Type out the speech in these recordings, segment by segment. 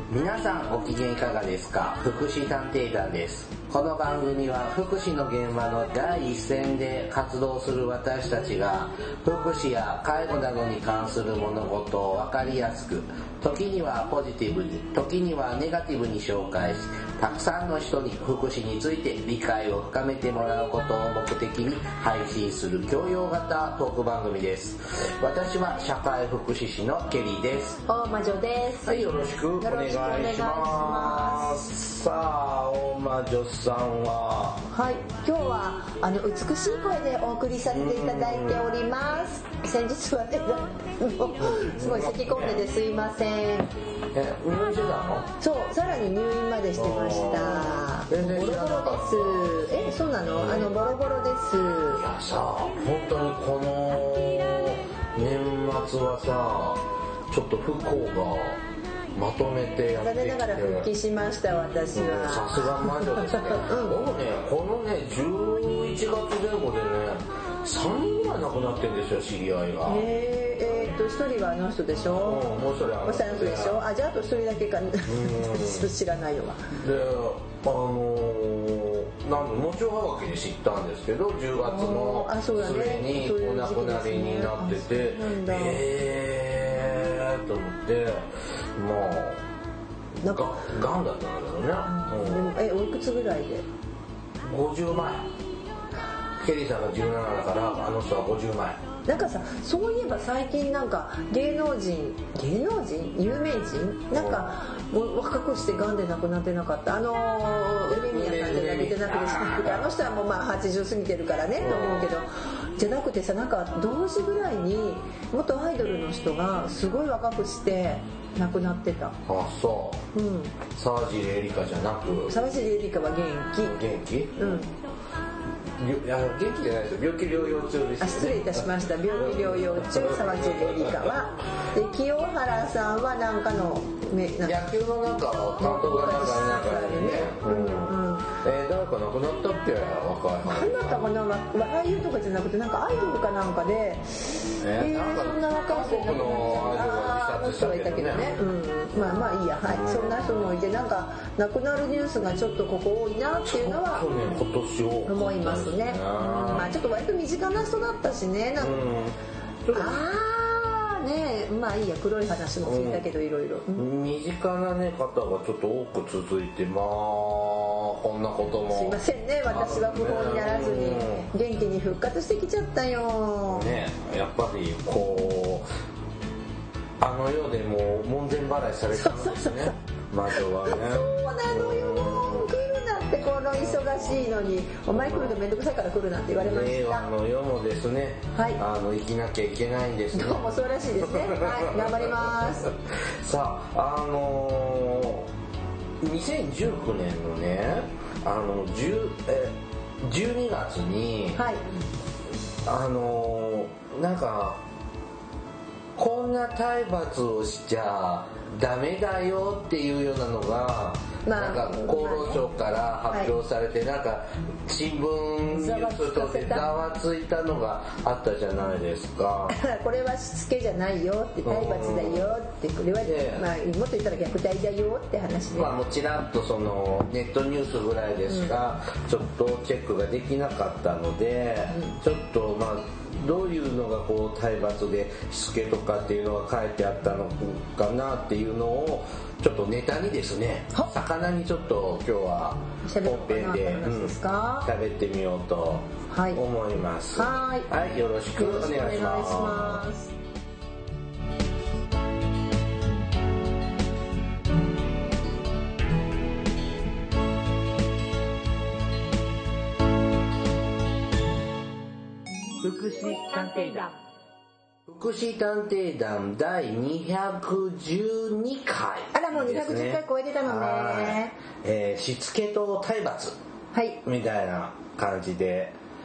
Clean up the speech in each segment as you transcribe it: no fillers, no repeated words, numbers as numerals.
皆さんご機嫌いかがですか？福祉探偵団です。この番組は福祉の現場の第一線で活動する私たちが福祉や介護などに関する物事を分かりやすく、時にはポジティブに、時にはネガティブに紹介し、たくさんの人に福祉について理解を深めてもらうことを目的に配信する教養型トーク番組です。私は社会福祉士のケリーです。 大魔女です。 はい、よろしくお願いします。さあ、大魔女さんは、 はい、今日は美しい声でお送りさせていただいております。先日はね、すごい咳込んでですいません。 入院してたの？ そう、さらに入院までしてました。 全然知らなかった。 です。そうなの？ボロボロです。 いやさ、本当にこの年末はさ、ちょっと不幸がまとめてやってきて、 残念ながら復帰しました私は。 さすが魔女ですね。僕ね、このね11月前後でね3人ぐらい亡くなってるんですよ、知り合いが。 一人はあの人でしょ、 もう一人はあの人でしょ。じゃああと一人だけか知らないのは。 で、なんでもちろんはがきで知ったんですけど、10月の末にお亡くなりになってて、と思って、まあなんかがんだったんだろうね。 おいくつぐらいで ？50前。ケリーさんが17だからあの人は50前。 なんかさ、そういえば最近なんか芸能人有名人なんかもう若くしてがんで亡くなってなかった？梅宮さんで出てなくてしなくて、あの人はもうまあ80過ぎてるからねと思うけど、じゃなくてさ、なんか同時ぐらいに元アイドルの人がすごい若くして亡くなってた。 あ、そう。沢尻エリカじゃなく。 沢尻エリカは元気。 いや、元気じゃないですよ。病気療養中ですよね。 失礼いたしました。病気療養中、沢尻エリカは。で、清原さんはなんかの野球のなんか担当がなんかね。誰か亡くなったっけ、若い話。なんだったかな、俳優とかじゃなくてなんかアイドルかなんかで、そんな若い人韓国のアイドルが自殺したけどね。 まあいいや、はい。そんな人もいて、なんか亡くなるニュースがちょっとここ多いなっていうのは今年思いますね。まあちょっと割と身近な人だったしね。まあいいや、黒い話も聞いたけど、いろいろ身近なね方がちょっと多く続いて、まあこんなこともすいませんね、私は不法にならずに元気に復活してきちゃったよね。やっぱりこうあの世でも門前払いされたんですね。魔女はね。 そうなのよ、来るなって、この忙しいのにお前来るのめんどくさいから来るなって言われました。 令和の世もですね、生きなきゃいけないんですね。 どうもそうらしいですね。はい、頑張りますさあ、2019年のね、12月に、なんかこんな体罰をしちゃダメだよっていうようなのが、なんか厚労省から発表されて、なんか新聞ニュースとしてざわついたのがあったじゃないですか。 これはしつけじゃないよって、体罰だよって、これは、もっと言ったら虐待だよって話で、 もうちらっとそのネットニュースぐらいでしかちょっとチェックができなかったので、ちょっとどういうのがこう体罰でしつけとかっていうのが書いてあったのかなっていうのをちょっとネタにですね、魚にちょっと今日は本編で喋ってみようと思います。はい、よろしくお願いします。福祉探偵団。福祉探偵団第212回、ね。あら、もう210回超えてたのね。 しつけと体罰みたいな感じで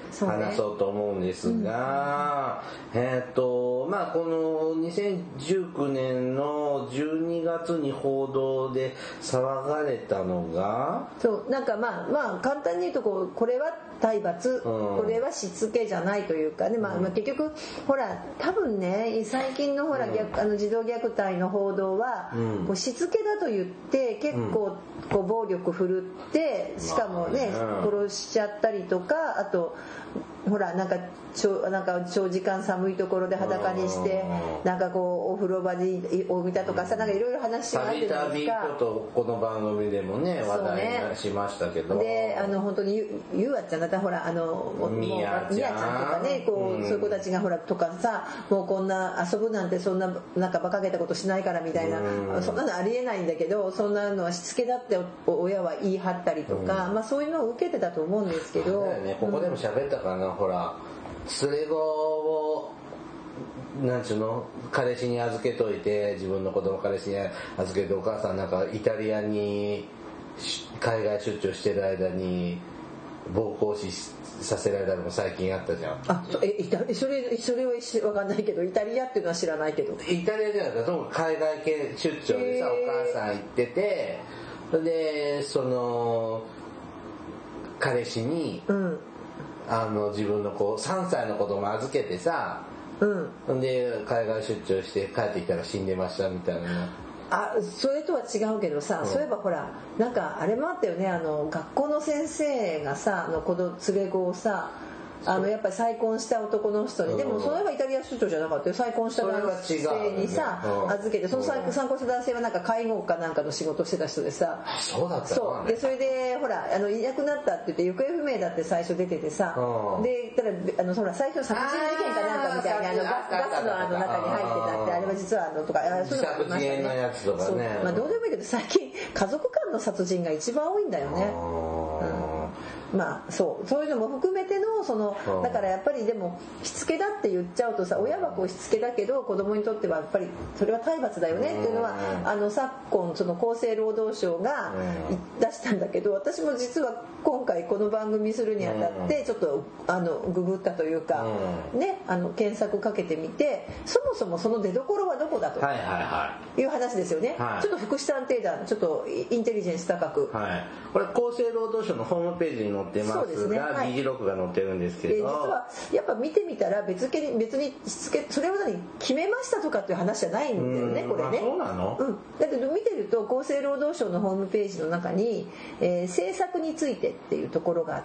話そうと思うんですが、まあこの2019年の12月に報道で騒がれたのが、 そうなんかまあ簡単に言うとこれは体罰、これはしつけじゃないというかね、まあ結局ほら多分ね最近のほら、児童虐待の報道は、こうしつけだと言って結構こう暴力振るってしかもね、殺しちゃったりとか、あとほらなんか長時間寒いところで裸にしてなんかこうお風呂場に置いたとかさ、なんかいろいろ話があってたびたびこの番組でもね話題にしましたけど、 で本当にゆあちゃんだったらほらみやちゃんとかねこう、そういう子たちがほらとかさ、もうこんな遊ぶなんてそんななんか馬鹿げたことしないからみたいな、そんなのありえないんだけど、そんなのはしつけだって親は言い張ったりとか、まあそういうのを受けてたと思うんですけど、 ここでも喋ったかな、ほら連れ子をなんちゅうの彼氏に預けといて、自分の子供彼氏に預けて、お母さんなんかイタリアに海外出張してる間に暴行死させられたのも最近あったじゃん。 それは分かんないけど、イタリアっていうのは知らないけど、 イタリアじゃなくて海外系出張でさ、お母さん行ってて、それでその彼氏に、自分の3歳の子供預けてさ、で海外出張して帰ってきたら死んでましたみたいな。 それとは違うけどさ、そういえばほらなんかあれもあったよね、学校の先生がさ子供連れ子をさやっぱり再婚した男の人に、でもそれはイタリア出張じゃなかったよ、再婚した男性にさ、預けて、その再婚した男性はなんか介護かなんかの仕事してた人でさ、 そうだったそうで、それでほらいなくなったって言って行方不明だって最初出ててさ、でたらほら最初殺人事件かなんかみたいなガスの中に入ってたって、あれは実はとか自作自演のやつとかね、 まあどうでもいいけど最近家族間の殺人が一番多いんだよね。まあそういうのも含めてのだからやっぱりでもしつけだって言っちゃうとさ、親はこうしつけだけど子供にとってはやっぱりそれは体罰だよねっていうのは昨今その厚生労働省が出したんだけど、私も実は今回この番組するにあたってちょっとググったというかね、検索かけてみて、そもそもその出所はどこだという話ですよね。ちょっと福祉探偵団ちょっとインテリジェンス高く、 これ厚生労働省のホームページに載ってますが、議事録が載ってるんですけど、 実はやっぱ見てみたら別にしつけそれを決めましたとかっていう話じゃないんだよね、これね。 そうなの？ だけど見てると厚生労働省のホームページの中に、政策についてっていうところがあって、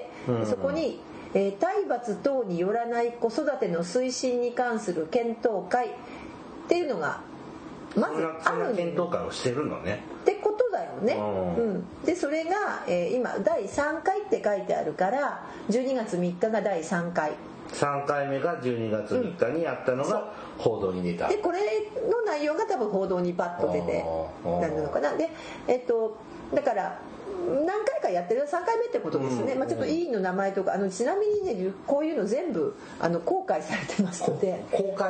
そこに体罰等によらない子育ての推進に関する検討会っていうのがまずある。 そんな検討会をしてるのねってことだよね。でそれが、今第3回って書いてあるから12月3日が第3回、 3回目が12月3日にやったのが報道に出た。 でこれの内容が多分報道にパッと出てなるのかな。でだから何回かやってる、3回目ってことですね。まあ、ちょっと委員の名前とかちなみにねこういうの全部公開されてますので、公開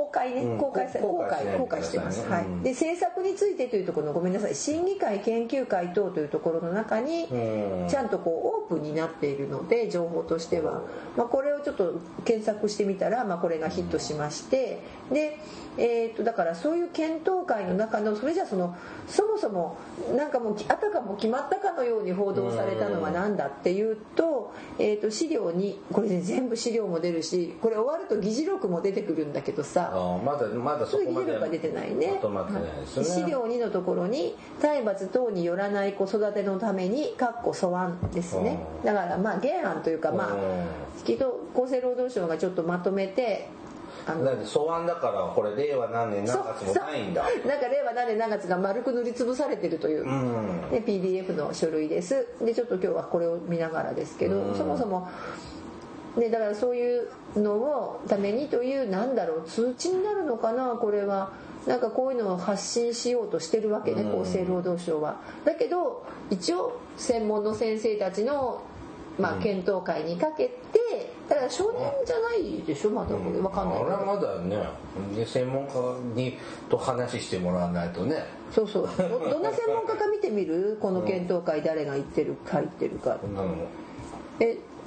してます。で政策についてというところのごめんなさい、審議会研究会等というところの中にちゃんとオープンになっているので、情報としては、まあ、これをちょっと検索してみたら、まあ、これがヒットしまして、でだからそういう検討会の中のそれじゃそもそもなんかもうあたかも決まったかのように報道されたのは何だっていうと、資料にこれ、ね、全部資料も出るし、これ終わると議事録も出てくるんだけどさ、 まだそこまで議事録が出てないね。 まとまってないですね。 資料2のところに体罰等によらない子育てのために素案ですね。だからまあ原案というか、まあきっと厚生労働省がちょっとまとめて、 だって素案だからこれ令和何年何月もないんだ。 なんか令和何年何月が丸く塗りつぶされてるという、ね、PDF の書類です。でちょっと今日はこれを見ながらですけど、そもそもね、だからそういうのをためにという通知になるのかな、これは。なんかこういうのを発信しようとしてるわけね、厚生労働省は。だけど一応専門の先生たちの検討会にかけて、だから少年じゃないでしょ、まだこれ分かんないけど、 あれはまだね、専門家と話してもらわないとね。 そうどんな専門家か見てみる、この検討会誰が言ってるか入ってるか。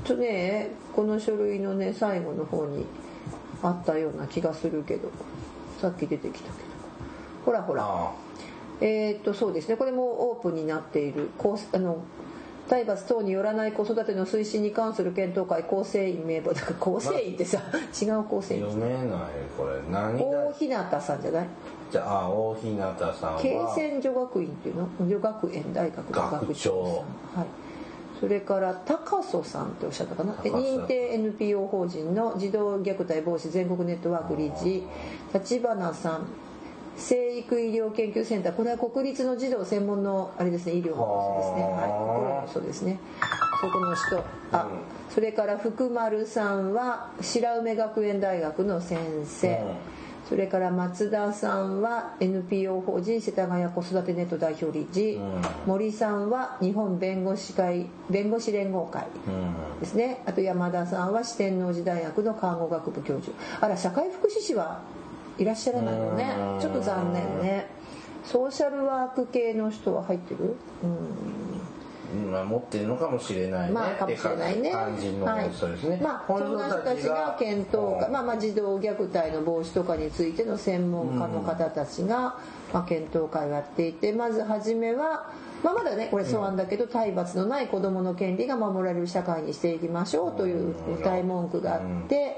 とねこの書類のね最後の方にあったような気がするけど、さっき出てきたけどほらほら、そうですね、これもオープンになっている体罰等によらない子育ての推進に関する検討会構成員名簿だから、構成員ってさ、違う構成員読めないこれ何大日向さんじゃない？ じゃあ大日向さんは慶泉女学院っていうの、女学園大学の学長さん、はい、それから高曽さんっておっしゃったかな、認定 NPO 法人の児童虐待防止全国ネットワーク理事立花さん、生育医療研究センター、これは国立の児童専門のあれですね、医療のですね、はい、これそうですね、そこの人、それから福丸さんは白梅学園大学の先生、それから松田さんは NPO 法人世田谷子育てネット代表理事、森さんは日本弁護士連合会ですね、あと山田さんは四天王寺大学の看護学部教授、あら社会福祉士はいらっしゃらないのね、ちょっと残念ね。ソーシャルワーク系の人は入ってる？ 持ってるのかもしれないね、 かもしれないね、 感じの人ですね。 そんな人たちが検討会、児童虐待の防止とかについての専門家の方たちが、検討会をやっていて、まず初めは、まだねこれ素案だけど、体罰のない子どもの権利が守られる社会にしていきましょうという歌い文句があって、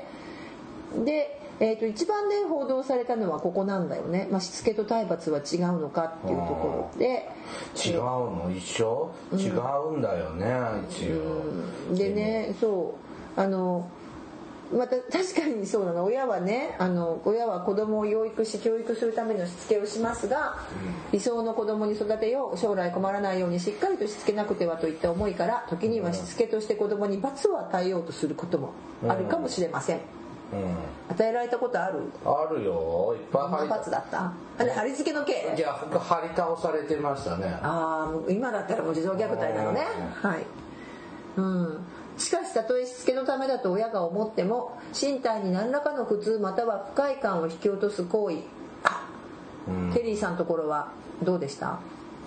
で一番ね報道されたのはここなんだよね、しつけと体罰は違うのかっていうところで、 違うの？一緒？違うんだよね、一応。 でね、そうまた確かにそうなの、親はね親は子供を養育し教育するためのしつけをしますが、理想の子供に育てよう、将来困らないようにしっかりとしつけなくてはといった思いから、時にはしつけとして子供に罰を与えようとすることもあるかもしれません。与えられたことある？あるよ、いっぱい。 何罰だった？貼り付けの刑？ いや、僕貼り倒されてましたね。 今だったらもう児童虐待なのね。はい。しかし、たとえしつけのためだと親が思っても、身体に何らかの苦痛または不快感を引き落とす行為。テリーさんのところはどうでした？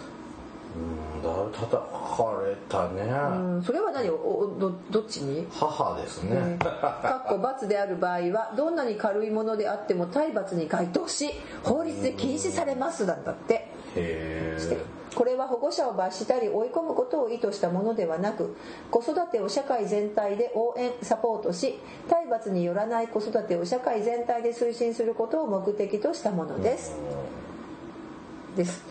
叩かれたね。 それはどっちに？ 母ですね。 罰である場合はどんなに軽いものであっても体罰に該当し、法律で禁止されますなんだって。これは保護者を罰したり追い込むことを意図したものではなく、子育てを社会全体で応援サポートし、体罰によらない子育てを社会全体で推進することを目的としたものです。ですって。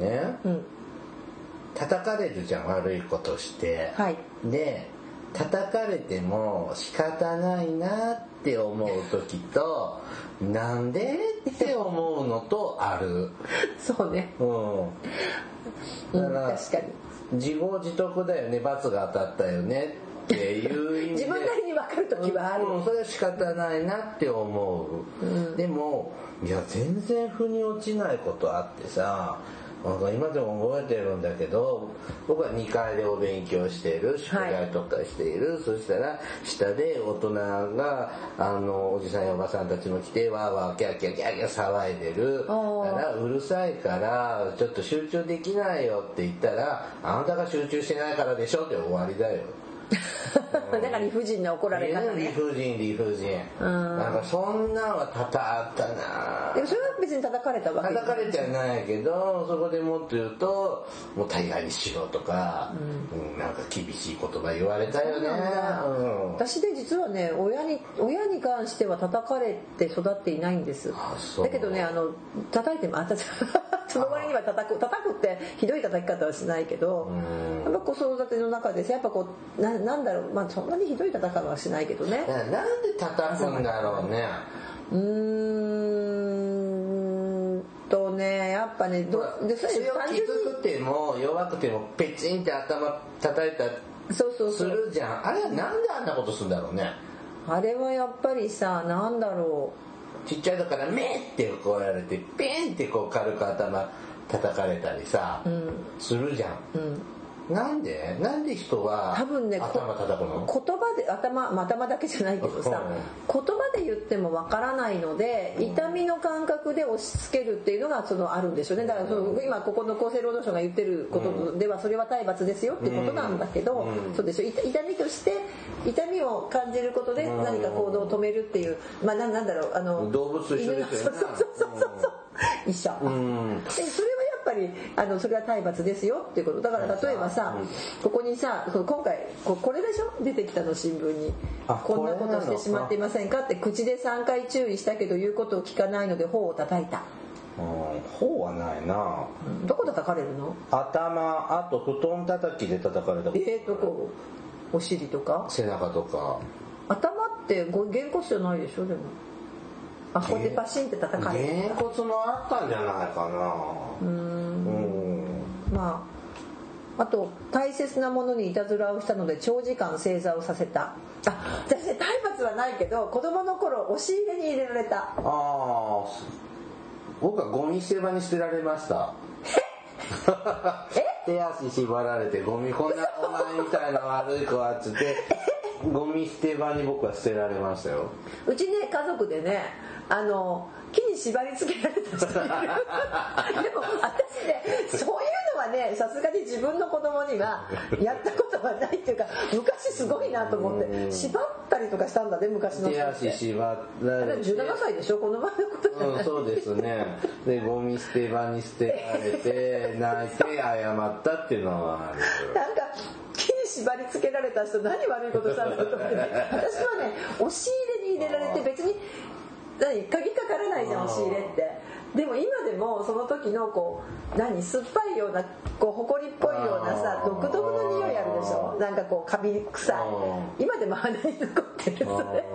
叩かれるじゃん、悪いことして、で叩かれても仕方ないなって思う時と、なんでって思うのとある。 そうね、 だから確かに自業自得だよね、罰が当たったよねっていう意味で自分なりに分かる時はある、 それは仕方ないなって思う、でもいや全然腑に落ちないことあってさ、今でも覚えてるんだけど、僕は2階でお勉強している、宿題とかしている、そしたら下で大人がおじさんやおばさんたちも来てわーわーキャーキャーキャーキャー騒いでるからうるさいからちょっと集中できないよって言ったら、あなたが集中してないからでしょって終わりだよ。 だから理不尽な怒られ方ね。 理不尽。なんかそんなんは多々あったな。 でもそれは別に叩かれたわけ叩かれちゃないけど、そこでもっと言うともう大概にしろとか、なんか厳しい言葉言われたよね。 私で実はね、親に関しては叩かれて育っていないんです。だけどね、叩いてもその割には叩くってひどい叩き方はしないけど、やっぱ子育ての中でやっぱなんだろう、そんなにひどい叩き方はしないけどね。 なんで叩くんだろうね。 やっぱね、 強くても弱くてもペチンって頭叩いたするじゃん。あれはなんであんなことするんだろうね。 あれはやっぱりさ、なんだろう、ちっちゃいだから目ってこうやられてピンってこう軽く頭叩かれたりさ、するじゃん。 なんで人は多分ね、 頭叩くの？ 言葉で頭だけじゃないけどさ、言葉で言ってもわからないので、痛みの感覚で押し付けるっていうのがあるんでしょうね。だから今ここの厚生労働省が言ってることでは、それは体罰ですよっていうことなんだけど、そうでしょ。痛みとして痛みを感じることで何か行動を止めるっていう、まあなんだろう、 動物と一緒ですよね。 そう一緒。でそれはやっぱりそれは体罰ですよっていうこと。だから例えばさ、ここにさ、今回これでしょ、出てきたの新聞に、こんなことしてしまっていませんかって、口で3回注意したけど言うことを聞かないので頬を叩いた。 頬はないな。 どこ叩かれるの？ 頭、あと布団叩きで叩かれたこと。 どこ？お尻とか？ 背中とか。 頭ってげんこつじゃないでしょ。でもここでパシンって叩かれる。 げんこつもあったんじゃないかな。 まあ、あと大切なものにいたずらをしたので長時間正座をさせた。私ね、体罰はないけど子供の頃押し入れに入れられた。 僕はゴミ捨て場に捨てられました。手足縛られてゴミ、こんなお前みたいな悪い子はっつってゴミ捨て場に僕は捨てられましたよ。 うちね、家族でね、木に縛り付けられた人いる。でも私ね、そういうのはね、さすがに自分の子供にはやったことはないっていうか、昔すごいなと思って縛ったりとかしたんだね、昔の人って。 手足縛られて。 17歳でしょ、この前のことじゃない。 そうですね。でゴミ捨て場に捨てられて泣いて謝ったっていうのはある。 なんか木に縛り付けられた人何悪いことしたんだろうと思って、私はね、押し入れに入れられて、別に鍵かからないじゃん、押し入れって。でも今でもその時の酸っぱいような埃っぽいようなさ、独特の匂いあるでしょ。なんかカビ臭い。今でも鼻に残ってる。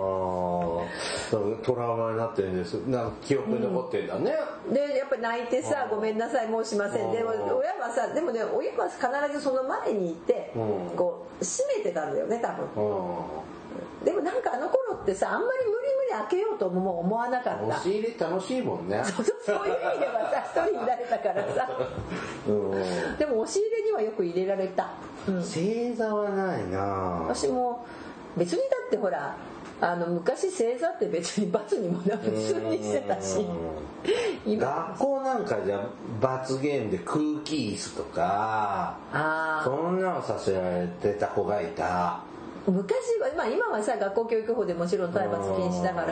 トラウマになってるんです。なんか記憶に残ってるんだね。 でやっぱり泣いてさ、ごめんなさい、もうしません。でも親はさ、でもね、親は必ずその前にいて閉めてたんだよね、多分。でもなんかあの頃ってさ、あんまり無理開けようとも思わなかった。 押し入れ楽しいもんね。 そういう意味ではさ、一人になれたからさ。でも押し入れにはよく入れられた。 正座はないな。 私も別にだってほら、昔正座って別に罰にもな普通にしてたし。 学校なんかじゃ罰ゲームで空気椅子とか、そんなのさせられてた子がいた。 昔は、今はさ、学校教育法でもちろん体罰禁止だから、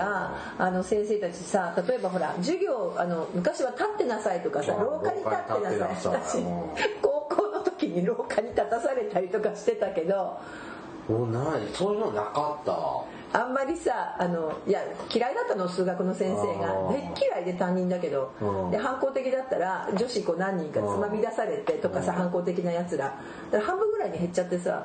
先生たちさ、例えばほら授業、昔は立ってなさいとかさ、廊下に立ってなさい。私高校の時に廊下に立たされたりとかしてたけど、 そういうのなかった。 あんまりさ、いや嫌いだったの、数学の先生がめっ嫌いで、担任だけど、で反抗的だったら女子何人かつまみ出されてとかさ、反抗的なやつらだから半分ぐらいに減っちゃってさ。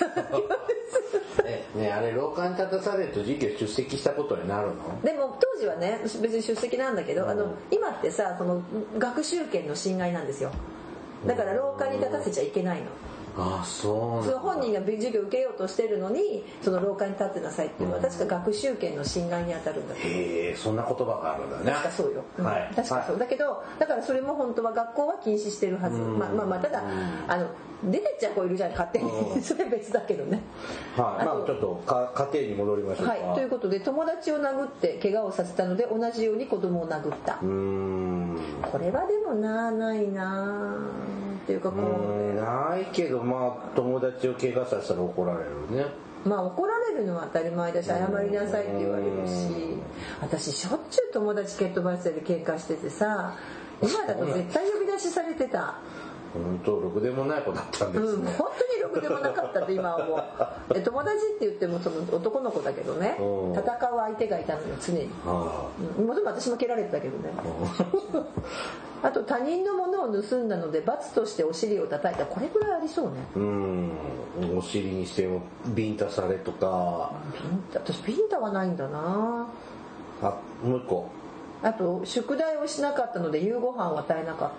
あれ廊下に立たされると授業出席したことになるの？でも当時はね、別に出席なんだけど、今ってさ、その学習権の侵害なんですよ。だから廊下に立たせちゃいけないの。 そうなんだ。 本人が授業受けようとしてるのに、その廊下に立ってなさいっていうのは確か学習権の侵害に当たるんだと思う。 そんな言葉があるんだね。 確かそうよ。確かそう。だけど、だからそれも本当は学校は禁止してるはず。ただ出てっちゃう子いるじゃん、勝手に。それ別だけどね。 ちょっと家庭に戻りましょうか。 ということで、友達を殴って怪我をさせたので、同じように子供を殴った。これはでもないなっていうか、 ないけど、友達を怪我させたら怒られるね。 怒られるのは当たり前だし、謝りなさいって言われるし、私しょっちゅう友達蹴っ飛ばしたり喧嘩しててさ、今だと絶対呼び出しされてた。 本当ろくでもない子だったんですね。 本当にろくでもなかったって今は思う。友達って言ってもその男の子だけどね、戦う相手がいたのよ、常に。もちろん私も蹴られてたけどね。あと他人のものを盗んだので罰としてお尻を叩いた。これぐらいありそうね。 お尻にしてもビンタされとか。 私ビンタはないんだな。 もう一個。 あと宿題をしなかったので夕ご飯を与えなかった。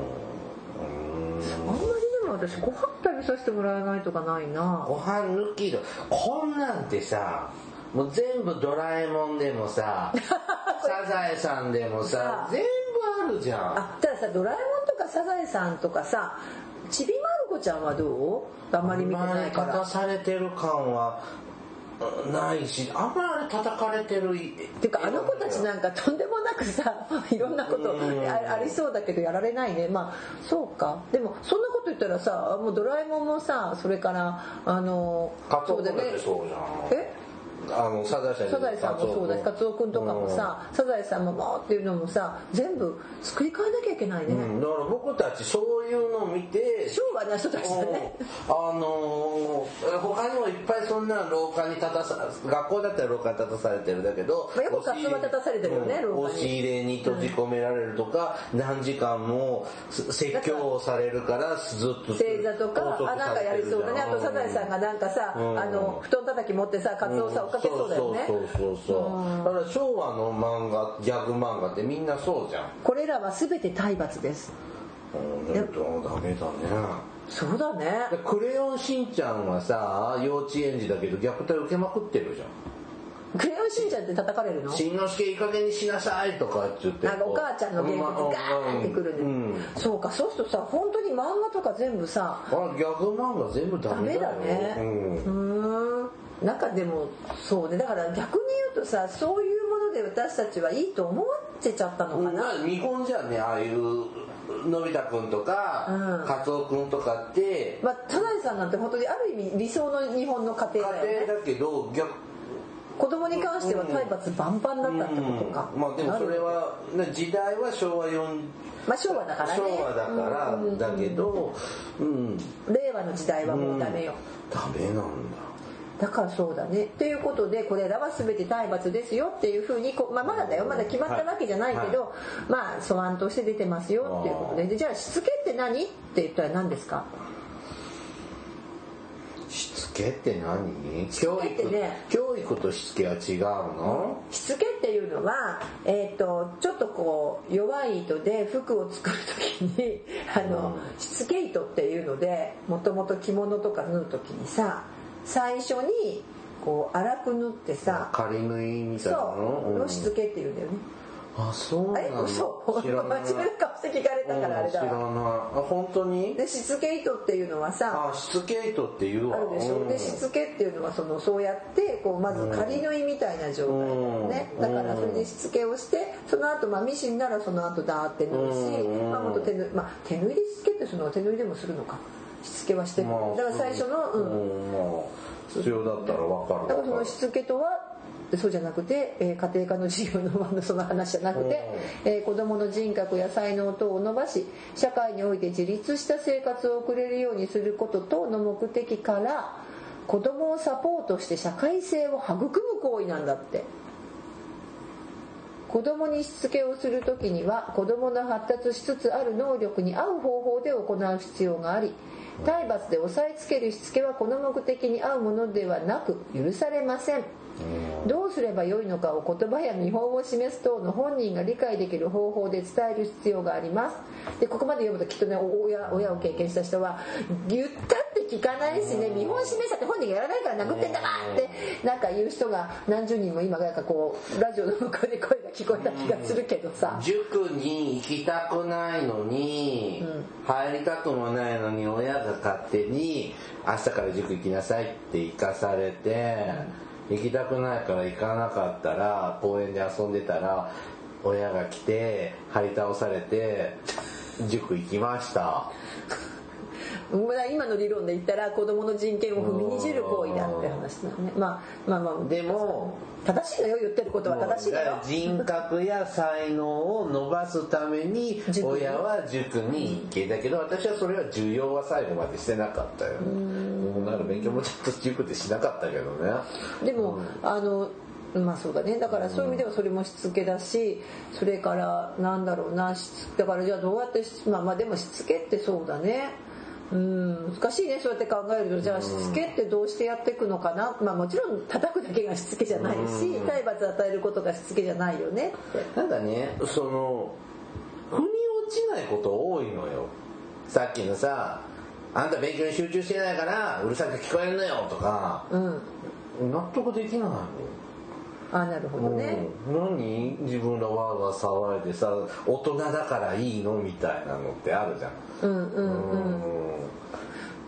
あんまりでも私ご飯食べさせてもらえないとかないな。 ご飯抜きでこんなんてさ、もう全部ドラえもんでもさサザエさんでもさ全部あるじゃん。 たださ、ドラえもんとかサザエさんとかさ、ちびまる子うちゃんはどう？あんまり見てないから。 立たされてる感はないし、あんまりあれ叩かれてるっていうかあの子たちなんかとんでもなくさいろんなことありそうだけどやられないね。まあそうか。でもそんなこと言ったらさ、もうドラえもんもさ、それからカツオ君だってそうじゃん。サザエさんもそうだし、カツオ君とかもさ、サザエさんももうっていうのもさ、全部作り変えなきゃいけないね。だから僕たちそういうのを見て、 昭和な人たちだね。 他にもいっぱいそんな廊下に学校だったら廊下に立たされてるだけど、 よくカツオは立たされてるよね、廊下に。 押し入れに閉じ込められるとか、何時間も説教をされるからずっと正座とかなんかやりそうだね。あとサザエさんがなんかさ、布団叩き持ってさ、カツオさ追っかけそうだよね。 そうだから昭和の漫画、ギャグ漫画ってみんなそうじゃん。 これらは全て体罰です。 ダメだね。 そうだね。 クレヨンしんちゃんはさ、幼稚園児だけど虐待受けまくってるじゃん。 クレヨンしんちゃんって叩かれるの？ しんのすけいい加減にしなさいとかって言って、 なんかお母ちゃんの原稿ガーンってくるんで、そうか、そうするとさ、本当に漫画とか全部さ、 ギャグ漫画全部ダメだよ。 ダメだね。なんかでもそうね、だから逆に言うとさ、そういうもので私たちはいいと思ってちゃったのかな。 日本じゃね、ああいうのび太くんとか、カツオくんとかって、 サザエさんなんて本当にある意味理想の日本の家庭だよね。 家庭だけど子供に関しては体罰バンバンだったってことか。 でもそれは時代は昭和昭和だからね。 昭和だからだけど、 令和の時代はもうダメよ。 ダメなんだ。 だからそうだね。ということでこれらは全て体罰ですよっていうふうにまだだよ、まだ決まったわけじゃないけど、素案として出てますよっていうことで、じゃあしつけって何って言ったら何ですか？ しつけって何？教育としつけは違うの？ しつけっていうのは、ちょっとこう弱い糸で服を作るときにしつけ糸っていうので、もともと着物とか縫うときにさ、最初にこう粗く縫ってさ、 仮縫いみたいなのしつけっていうんだよね。 あ、そうなの？ そう。自分の顔して聞かれたからあれだわ。 知らない。本当に？ でしつけ糸っていうのはさ、 しつけ糸っていうわ。 あるでしょ。でしつけっていうのはそうやってこうまず仮縫いみたいな状態だよね。だからそれでしつけをして、その後ミシンならその後ダーって縫うし、もっと手縫いでしつけって手縫いでもするのか。しつけはしてる。だから最初の必要だったら分かる。 だからそのしつけとはそうじゃなくて、家庭科の授業のその話じゃなくて、子どもの人格や才能等を伸ばし、社会において自立した生活を送れるようにすること等の目的から子どもをサポートして社会性を育む行為なんだって。子どもにしつけをするときには子どもの発達しつつある能力に合う方法で行う必要があり、体罰で押さえつけるしつけはこの目的に合うものではなく許されません。どうすればよいのかを言葉や見本を示す等の本人が理解できる方法で伝える必要があります。でここまで読むときっとね、親を経験した人は言ったって聞かないしね、見本示したって本人がやらないから殴ってんだわってなんか言う人が何十人も今なんかこうラジオの向こうで声が聞こえた気がするけどさ、 塾に行きたくないのに、入りたくもないのに親が勝手に明日から塾行きなさいって行かされて、行きたくないから行かなかったら公園で遊んでたら親が来て張り倒されて塾行きました。 今の理論で言ったら子供の人権を踏みにじる行為だって話だね。 でも正しいのよ、言ってることは正しいのよ。 人格や才能を伸ばすために親は塾に行けだけど、私はそれは授業は最後までしてなかったよ。だから勉強もちょっと塾でしなかったけどね。 でもそうだね。だからそういう意味ではそれもしつけだし、それからなんだろうな、だからじゃあどうやってでもしつけってそうだね。難しいね、そうやって考えると。じゃあしつけってどうしてやっていくのかな。もちろん叩くだけがしつけじゃないし、体罰与えることがしつけじゃないよね。 なんかね、腑に落ちないこと多いのよ。さっきのさ、あんた勉強に集中してないからうるさく聞こえるのよとか、納得できないの。 なるほどね。 何自分らわーわー騒いでさ、大人だからいいのみたいなのってあるじゃん。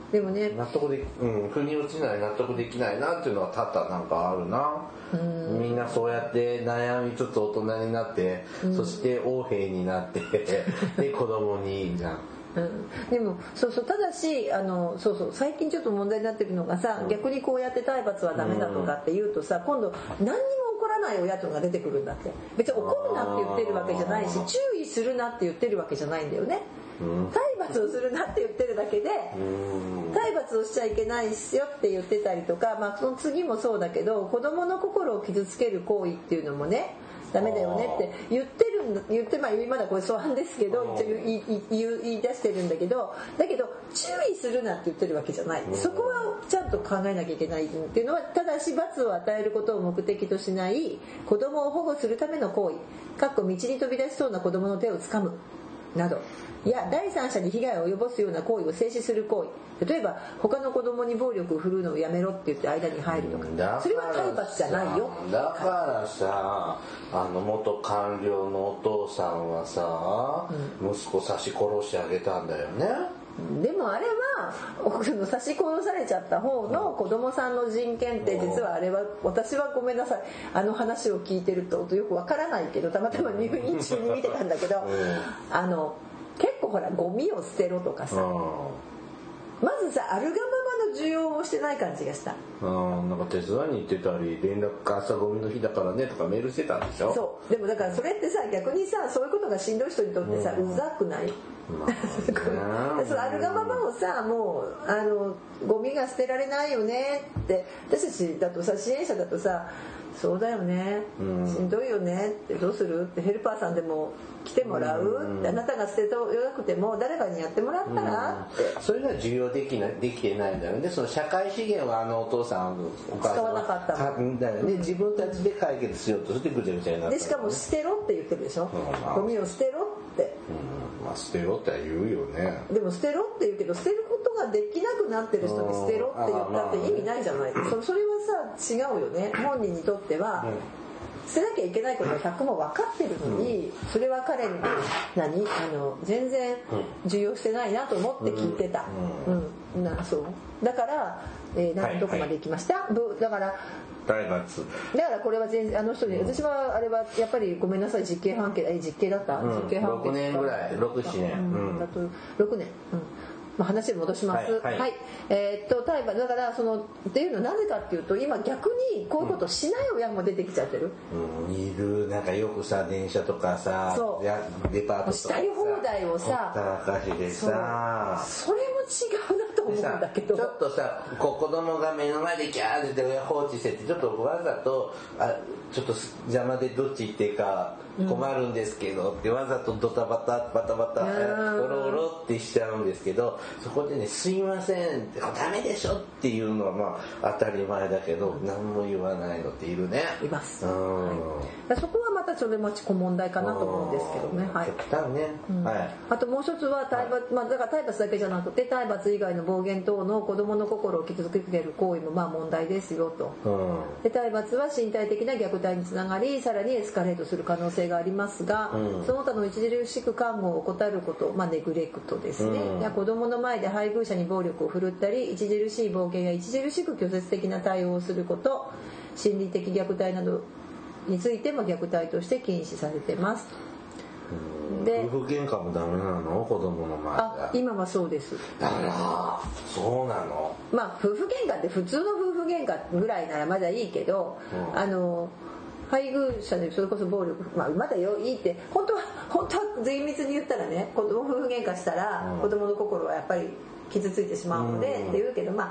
でもね納得で腑に落ちない、納得できないなっていうのは多々なんかあるな。みんなそうやって悩みつつ大人になって、そして横柄になってで子供にじゃん。 でもそうただし最近ちょっと問題になってるのがさ、逆にこうやって体罰はダメだとかって言うとさ、今度何にも怒らない親とかが出てくるんだって。別に怒るなって言ってるわけじゃないし、注意するなって言ってるわけじゃないんだよね。体罰をするなって言ってるだけで、体罰をしちゃいけないですよって言ってたりとか、その次もそうだけど、子供の心を傷つける行為っていうのもねダメだよねって言ってまだこれ素案ですけど言い出してるんだけど注意するなって言ってるわけじゃない。そこはちゃんと考えなきゃいけないっていうのは、ただし罰を与えることを目的としない子供を保護するための行為道に飛び出しそうな子供の手をつかむなど、いや第三者に被害を及ぼすような行為を制止する行為、例えば他の子供に暴力を振るうのをやめろって言って間に入るとか、それは体罰じゃないよ。 だからさ、元官僚のお父さんはさ、息子刺し殺してあげたんだよね。 でもあれは刺し殺されちゃった方の子供さんの人権って、実はあれは私はごめんなさい、話を聞いてるとよくわからないけど、たまたま入院中に見てたんだけど、結構ほらゴミを捨てろとかさ、まずさあるがままの需要をしてない感じがした。 なんか手伝いに行ってたり、連絡が朝ゴミの日だからねとかメールしてたんでしょ。 そうでもだからそれってさ、逆にさそういうことがしんどい人にとってさ、うざくない？そのあるがままをさ、もうゴミが捨てられないよねって、私たちだとさ、支援者だとさ、そうだよね、しんどいよねって、どうするってヘルパーさんでも来てもらうって、あなたが捨ててよなくても誰かにやってもらったらって、 それが重要できてないんだよね。その社会資源はお父さんお母さん使わなかったんだよね。自分たちで解決しようとしてぐちゃぐちゃになった、 でしかも捨てろって言ってるでしょ、ゴミを捨てろって、 捨てろって言うよね。 でも捨てろって言うけど、捨てることができなくなってる人に捨てろって言ったって意味ないじゃない。それはさ違うよね。本人にとっては、捨てなきゃいけないことが100も分かってるのに、それは彼に全然重要してないなと思って聞いてた。そうだからどこまで行きました？だから体罰。 だからこれは全然人に、私はあれはやっぱりごめんなさい、実刑判決、実刑だった、実刑判決 6年ぐらい、6、7年、 だと6年、話に戻します。はい。体罰だからっていうのはなぜかっていうと、今逆にこういうことしない親も出てきちゃってる。 いる。なんかよくさ、電車とかさ、デパートとかさ、 したい放題をさ、 ほったらかしでさ、 それも違うなと思うんだけど。 ちょっとさ、子供が目の前でキャーって親放置してて、ちょっとわざとちょっと邪魔でどっち行っていいか困るんですけどって、わざとドタバタバタバタゴロゴロってしちゃうんですけど、そこでね、すいませんってダメでしょっていうのは当たり前だけど、何も言わないのっているね。 います。そこはまたそれも問題かなと思うんですけどね。はい。 極端ね。 あともう一つは体罰、だから体罰だけじゃなくて、体罰以外の暴言等の子供の心を傷つける行為も問題ですよと。で体罰は身体的な虐待につながり、さらにエスカレートする可能性がありますが、その他の著しく看護を怠ること、ネグレクトですね。子供の前で配偶者に暴力を振るったり、著しい暴言や著しく拒絶的な対応をすること、心理的虐待などについても虐待として禁止されてます。 で、夫婦喧嘩もダメなの？子供の前で。 今はそうです。 そうなの？ 夫婦喧嘩って普通の夫婦喧嘩ぐらいならまだいいけど、配偶者でそれこそ暴力、まだいいって、本当は厳密に言ったらね、夫婦喧嘩したら子供の心はやっぱり傷ついてしまうのでって言うけど、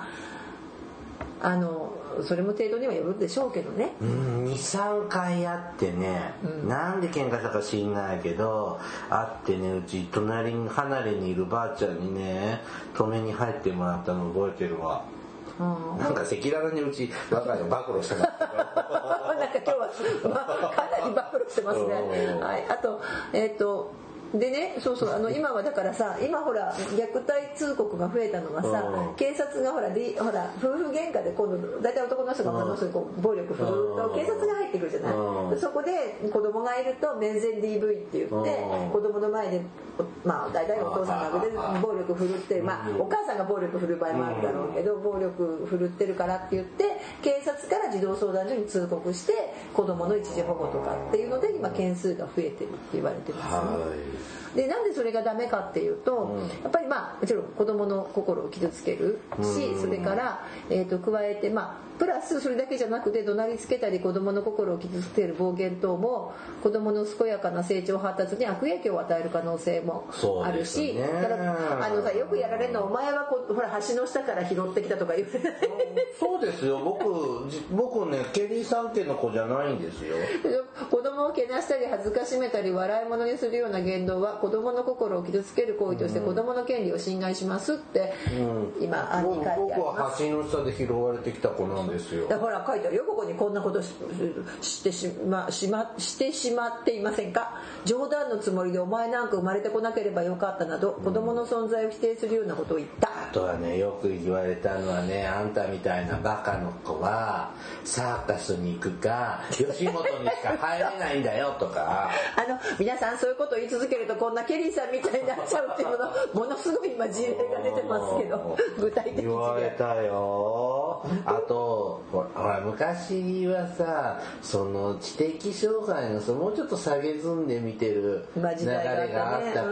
それも程度にはよるでしょうけどね。 2、3回会ってね、なんで喧嘩したか知んないけど、会ってね、うち隣に離れにいるばあちゃんにね、止めに入ってもらったの覚えてるわ。なんか赤裸々にうち我が家暴露してますけどなんか今日はかなり暴露してますね。はい、あとでね、そうそう今はだからさ、今ほら虐待通告が増えたのがさ、警察がほら夫婦喧嘩で今度大体男の人が女の人にこう暴力振るうと警察が入ってくるじゃない。そこで子供がいると面前 DV って言って子供の前でまあ大体お父さんがで暴力振るって、まあお母さんが暴力振る場合もあるだろうけど、暴力振るってるからって言って警察から児童相談所に通告して子供の一時保護とかっていうので今件数が増えてるって言われてますね。でなんでそれがダメかっていうと、やっぱりまあもちろん子供の心を傷つけるし、それから加えてまあプラスそれだけじゃなくて怒鳴りつけたり子供の心を傷つける暴言等も子供の健やかな成長発達に悪影響を与える可能性もあるし、だからさよくやられるのお前はほら橋の下から拾ってきたとか言うそうですよ。僕ねケリーさん家の子じゃないんですよ。 子供をけなしたり恥ずかしめたり笑い物にするような言動は子供の心を傷つける行為として子供の権利を侵害しますって、今案に書いてあります。 僕は橋の下で拾われてきた子なんですよ。 だから書いてあるよ、ここにこんなことしてしまっていませんか。冗談のつもりでお前なんか生まれてこなければよかったなど子供の存在を否定するようなことを言った。 あとはねよく言われたのはね、あんたみたいなバカの子はサーカスに行くか吉本にしか入れないんだよとか皆さんそういうことを言い続けるとこんなケリーさんみたいになっちゃうっていうのものすごい今事例が出てますけど具体的に言われたよ。あとほら昔はさその知的障害のもうちょっと下げずんで見てる流れがあったから、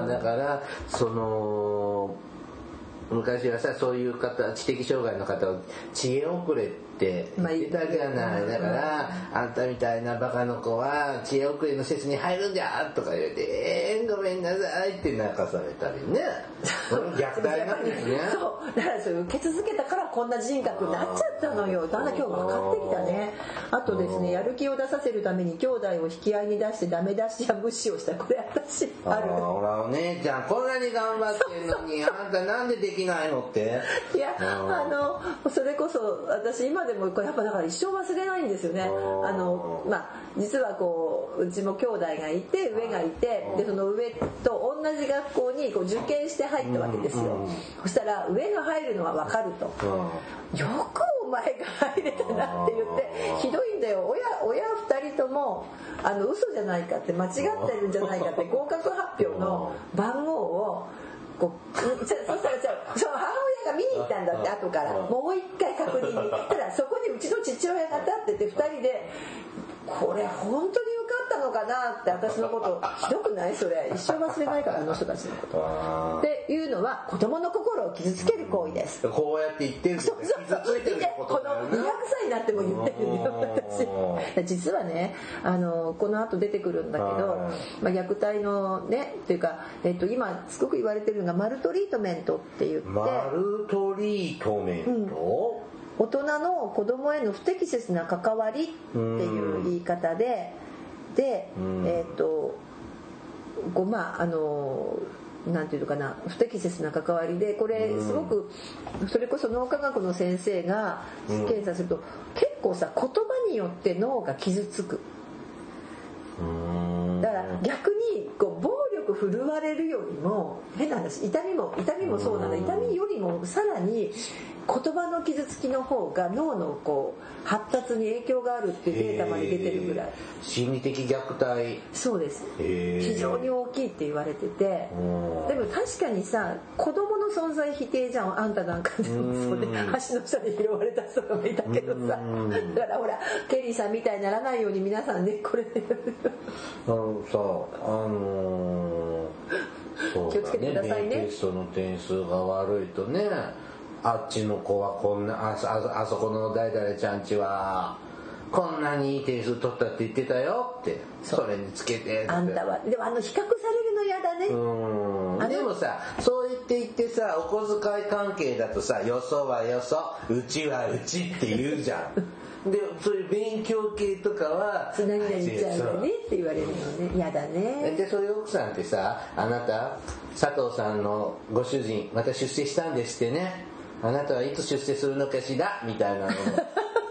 だからその昔はさそういう方知的障害の方を知恵遅れって言ってたじゃない。だからあんたみたいなバカの子は知恵遅れの施設に入るんじゃとか言ってごめんなさいって泣かされたりね。虐待なんですね。 そうだからそれ受け続けたからこんな人格になっちゃったのよ。だんだん今日分かってきたね。あとですね、やる気を出させるために兄弟を引き合いに出してダメ出しや無視をした。これ私ある。 ほらお姉ちゃんこんなに頑張ってるのにあんたなんでできないのって。 いやそれこそ私今でもやっぱだから一生忘れないんですよね。まあ実はこううちも兄弟がいて上がいて、でその上と同じ学校にこう受験して入ったわけですよ。そしたら上が入るのは分かると、よくお前が入れたなって言ってひどいんだよ。親2人とも嘘じゃないかって間違ってるんじゃないかって合格発表の番号をそしたらその母親が見に行ったんだって後からもう一回確認に。ただそこにうちの父親が立ってて2人でこれ本当に受かったのかなって私のことひどくない？それ一生忘れないからあの人たちのことっていうのは子供の心を傷つける行為です。 こうやって言ってる傷ついてることこの200歳になっても言ってるんだよ私。実はねこの後出てくるんだけど、虐待のねっていうか、今すごく言われてるのがマルトリートメントって言って。 マルトリートメント、 大人の子供への不適切な関わりっていう言い方で、まあなんていうのかな、不適切な関わりで、これすごくそれこそ脳科学の先生が検査すると結構さ言葉によって脳が傷つく。だから逆にこう暴力振るわれるよりも変な話、痛みもそうなんだ。痛みよりもさらに言葉の傷つきの方が脳のこう発達に影響があるっていうデータまで出てるぐらい。 心理的虐待。そうです。非常に大きいって言われてて、でも確かにさ子供の存在否定じゃん。あんたなんかでもそうで橋の下で拾われた人がいたけどさ、だからほらケリーさんみたいにならないように皆さんねこれそう気をつけてくださいね。 テストの点数が悪いとね、あっちの子はこんなあそこの誰々ちゃんちはこんなにいい点数取ったって言ってたよって、それにつけてあんたはでも比較されるの嫌だね。 でもさそう言ってさお小遣い関係だとさよそはよそうちはうちって言うじゃんでそういう勉強系とかは何々ちゃんだねって言われるのね、嫌だね。 でそういう奥さんってさ、あなた佐藤さんのご主人また出世したんですってね、あなたはいつ出世するのかしらみたいなの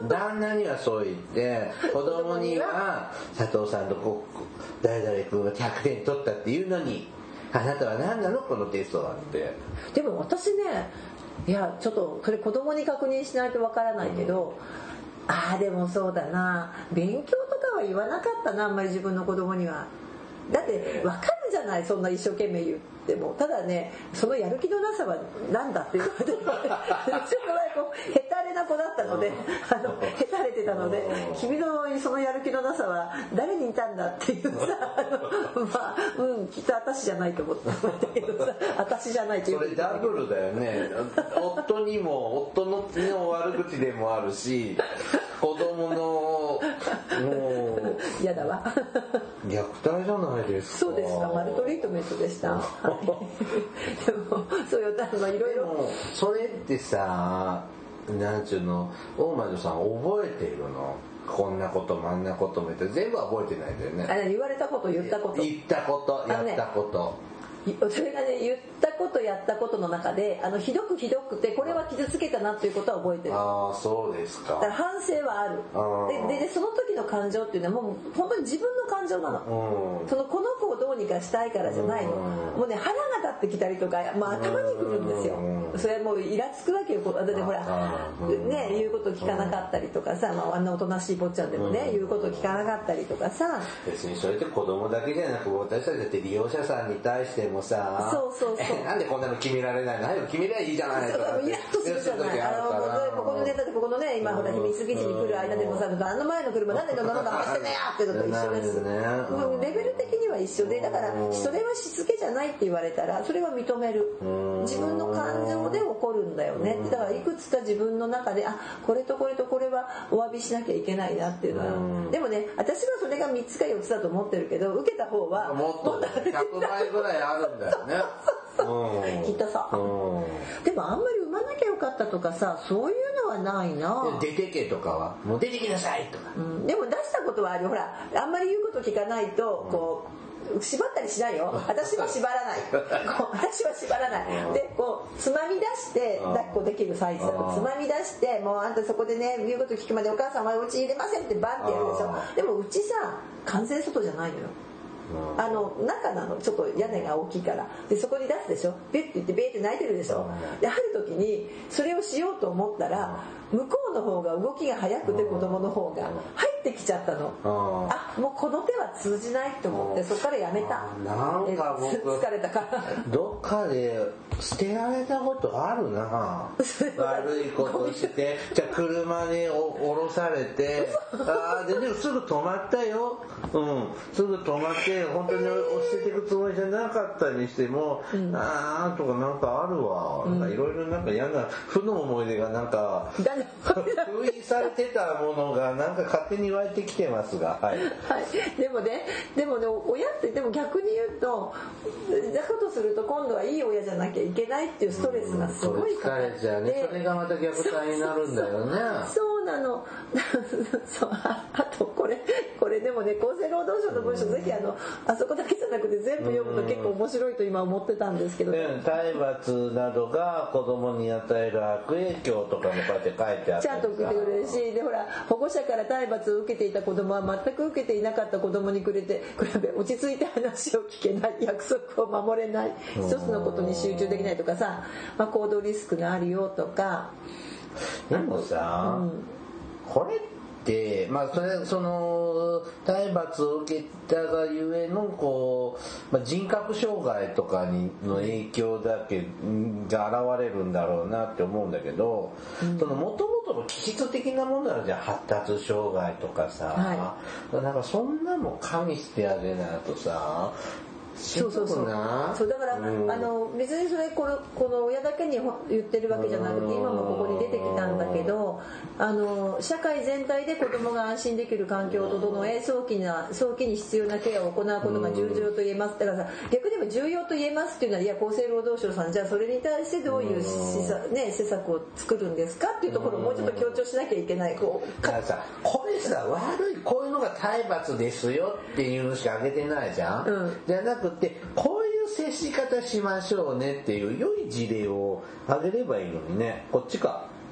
旦那にはそう言って子供には佐藤さんと誰々君が100点取ったっていうのに、あなたは何なのこのテストはって。 でも私ね、いやちょっとそれ子供に確認しないとわからないけど、でもそうだな、勉強とかは言わなかったな、あんまり自分の子供には。だって分かるじゃない、そんな一生懸命言っても。ただね、そのやる気のなさはなんだって言われて、うちの子はヘタレな子だったので、ヘタれてたので、君のそのやる気のなさは誰にいたんだっていうさ、きっと私じゃないと思ったけどさ、私じゃないっていう。 それダブルだよね。夫の悪口でもあるし、子供のもう嫌だわ。 虐待じゃないですか。 そうですか、マルトリートメントでした。でもそうよ、いろいろ。 それってさ、なんちゅうの、大魔女さん覚えてるの？こんなこともあんなことも言って全部は覚えてないんだよね。 言われたこと言ったことやったこと。 それがね、言ったことやったことの中でひどくてこれは傷つけたなっていうことは覚えてる。 そうですか。 だから反省はある。でその時の感情っていうのはもう本当に自分の感情なの。この子をどうにかしたいからじゃないの。もうね、腹が立ってきたりとか、頭にくるんですよ。それはもうイラつくわけよ。だってほらね、言うこと聞かなかったりとかさ、あんなおとなしい坊ちゃんでもね、言うこと聞かなかったりとかさ。 別にそれって子供だけじゃなく、私たちだって利用者さんに対してもさ、なんでこんなの決められないの？早く決めりゃいいじゃないとか。 イラッとするじゃない。ここのね、だってここのね、今ほら秘密基地に来る間でもさ、あの前の車なんで乗らなかったんねやってのと一緒です。レベル的には一緒で、だからそれはしつけじゃないって言われたらそれは認める。自分の感情で起こるんだよね。だからいくつか自分の中でこれとこれとこれはお詫びしなきゃいけないなっていうのは。でもね、私はそれが3つか4つだと思ってるけど、受けた方はもっと100倍ぐらいあるんだよね。 きっとさ。でもあんまり産まなきゃよかったとかさ、そういうのはないな。 出てけとかはもう出てきなさいとか。 でも出したことはあるよ。ほら、あんまり言うこと聞かないとこう縛ったりしないよ。私は縛らない。私は縛らない。でつまみ出して抱っこできるサイズだとつまみ出して、もうあんたそこでね言うこと聞くまでお母さんはお家入れませんってバンってやるでしょ。でもうちさ、完全外じゃないのよ。中なの、ちょっと屋根が大きいから。でそこに出すでしょ。ビュッて言ってベーって泣いてるでしょ。である時にそれをしようと思ったら、向こうの方が動きが速くて子供の方が入ってきちゃったの。もうこの手は通じないと思ってそこからやめた。 なんか僕疲れたからどっかで捨てられたことあるな。悪いことしてじゃあ車に降ろされて、でもすぐ止まったよ。すぐ止まって本当に押していくつもりじゃなかったにしても、とかなんかあるわ。いろいろなんか嫌な負の思い出がなんか封印されてたものがなんか勝手に湧いてきてますが、 でもね親ってでも逆に言うと、だことすると今度はいい親じゃなきゃいけないっていうストレスがすごいかかって、 それがまた虐待になるんだよね。 そうなの。あとこれでもね、厚生労働省の文書ぜひあそこだけじゃなくて全部読むと結構面白いと今思ってたんですけど、 体罰などが子供に与える悪影響とかもこうやって書いてあって、 ちゃんと受けてくれるし、でほら保護者から体罰を受けていた子供は全く受けていなかった子供に比べ落ち着いて話を聞けない、約束を守れない、一つのことに集中できないとかさ、行動リスクがあるよとか。 でもさ、これってその体罰を受けたがゆえの人格障害とかの影響だけが現れるんだろうなって思うんだけど、その元々の気質的なものあるじゃん、発達障害とかさ、なんかそんなも加味してあげないとさ。 そうだから、別にそれこの親だけに言ってるわけじゃなくて、今もここに出てきたんだけど、社会全体で子供が安心できる環境を整え、早期に必要なケアを行うことが重要と言えます。だからさ、逆に言えば重要と言えますっていうのは、いや厚生労働省さんじゃあそれに対してどういう施策を作るんですかっていうところをもうちょっと強調しなきゃいけない。 だからさ、これさ、悪いこういうのが体罰ですよっていうのしか挙げてないじゃん、じゃなくてこういう接し方しましょうねっていう良い事例を挙げればいいのにね。こっちか。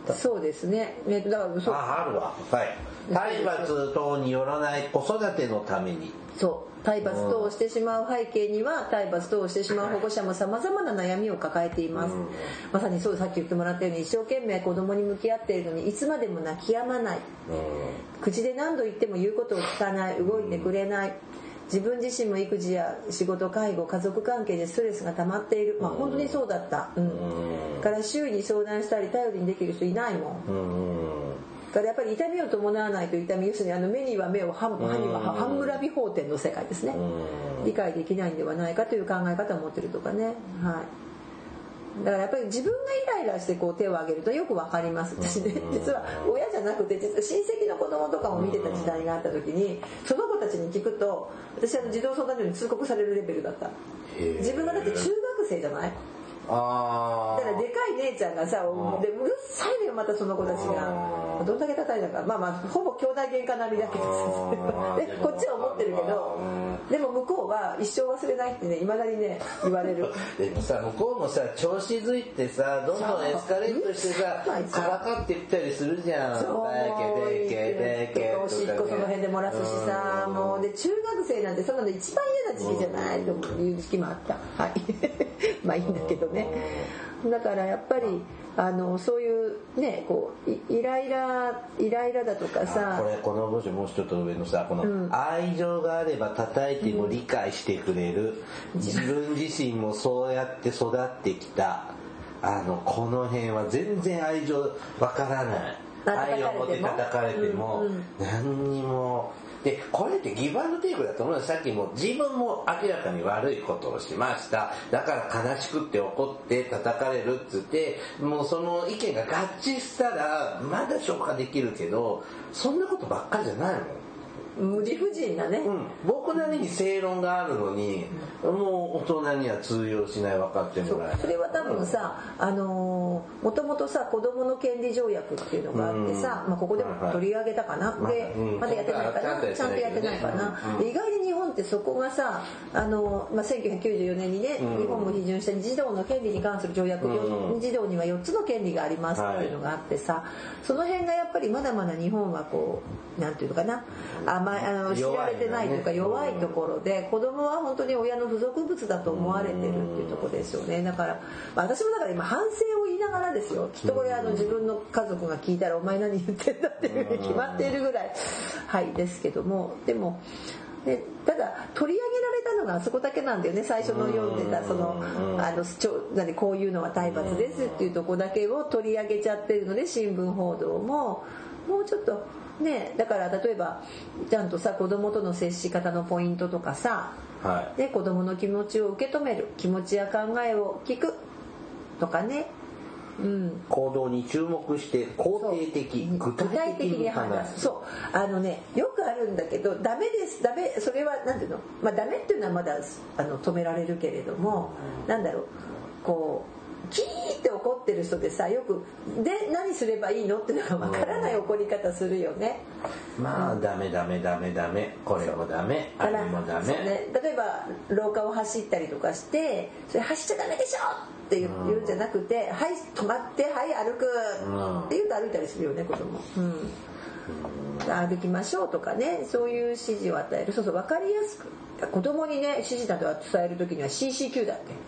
そうですね。だからそう。 あるわ。はい。体罰等によらない子育てのために。 そう。体罰等をしてしまう背景には、体罰等をしてしまう保護者も様々な悩みを抱えています。まさにそう、さっき言ってもらったように、一生懸命子供に向き合っているのにいつまでも泣き止まない。口で何度言っても言うことを聞かない、動いてくれない。自分自身も育児や仕事、介護、家族関係でストレスが溜まっている。本当にそうだった。から周囲に相談したり頼りにできる人いないもん。からやっぱり痛みを伴わないと痛み、要するに目には目を、歯には歯村美法典の世界ですね。理解できないんではないかという考え方を持ってるとかね。はい。だからやっぱり自分がイライラしてこう手を挙げるとよくわかります。私ね、実は親じゃなくて、実は親戚の子供とかも見てた時代があった時に、その子たちに聞くと、私児童相談所に通告されるレベルだった。自分がだって中学生じゃない？だからでかい姉ちゃんがさ、でうるさいのよ、またその子たちがどんだけ叩いたか、ほぼ兄弟喧嘩並みだけどでこっちは思ってるけど、でも向こうは一生忘れないってね、いまだにね言われる。 でもさ、向こうもさ調子づいてさ、どんどんエスカレートしてさからかってきたりするじゃん。そうおしっこその辺で漏らすしさ、もうで中学生なんてそんなの一番嫌な時期じゃないという時期もあった。はいまあいいんだけどね。だからやっぱりそういうね、こうイライラだとかさ、 この文章もうちょっと上のさ、この愛情があれば叩いても理解してくれる、自分自身もそうやって育ってきた、この辺は全然愛情わからない。愛を持って叩かれても何にも。でこれってギブアンドテイクだと思うの。さっきも自分も明らかに悪いことをしました、だから悲しくって怒って叩かれるっつって、もうその意見が合致したらまだ消化できるけど、そんなことばっかりじゃないもん。 無理不尽なね、 僕なりに正論があるのに、もう大人には通用しない、分かってもらえない。 それは多分さ、もともとさ子どもの権利条約っていうのがあってさ、ここでも取り上げたかな、でまだやってないかな、ちゃんとやってないかな、意外に日本ってそこがさ、1994年にね、日本も批准した児童の権利に関する条約、児童には4つの権利がありますっていうのがあってさ、その辺がやっぱりまだまだ日本はこうなんていうのかな、知られてないというか弱いところで、子供は本当に親の付属物だと思われてるっていうところですよね。だから私もだから今反省を言いながらですよ、きっとこれ自分の家族が聞いたらお前何言ってんだっていうふうに決まっているぐらいはいですけども、でもただ取り上げられたのがあそこだけなんだよね。最初の読んでたこういうのは体罰ですっていうとこだけを取り上げちゃってるので、新聞報道ももうちょっとね、だから例えばちゃんとさ子供との接し方のポイントとかさ、で子供の気持ちを受け止める、気持ちや考えを聞くとかね、 行動に注目して肯定的、具体的に話す。 そうよくあるんだけど、ダメです、ダメ、それはなんていうの、ダメっていうのはまだ止められるけれども、なんだろう、こうキーって怒ってる人でさ、よくで何すればいいのっていうのがわからない怒り方するよね。 ダメこれもダメ、あれもダメ、 例えば廊下を走ったりとかして、それ走っちゃダメでしょって言うんじゃなくて、はい止まって、はい歩くって言うと歩いたりするよね、子供。歩きましょうとかね、そういう指示を与える。そう分かりやすく子供にね指示などは伝えるときには CCQ だっけ。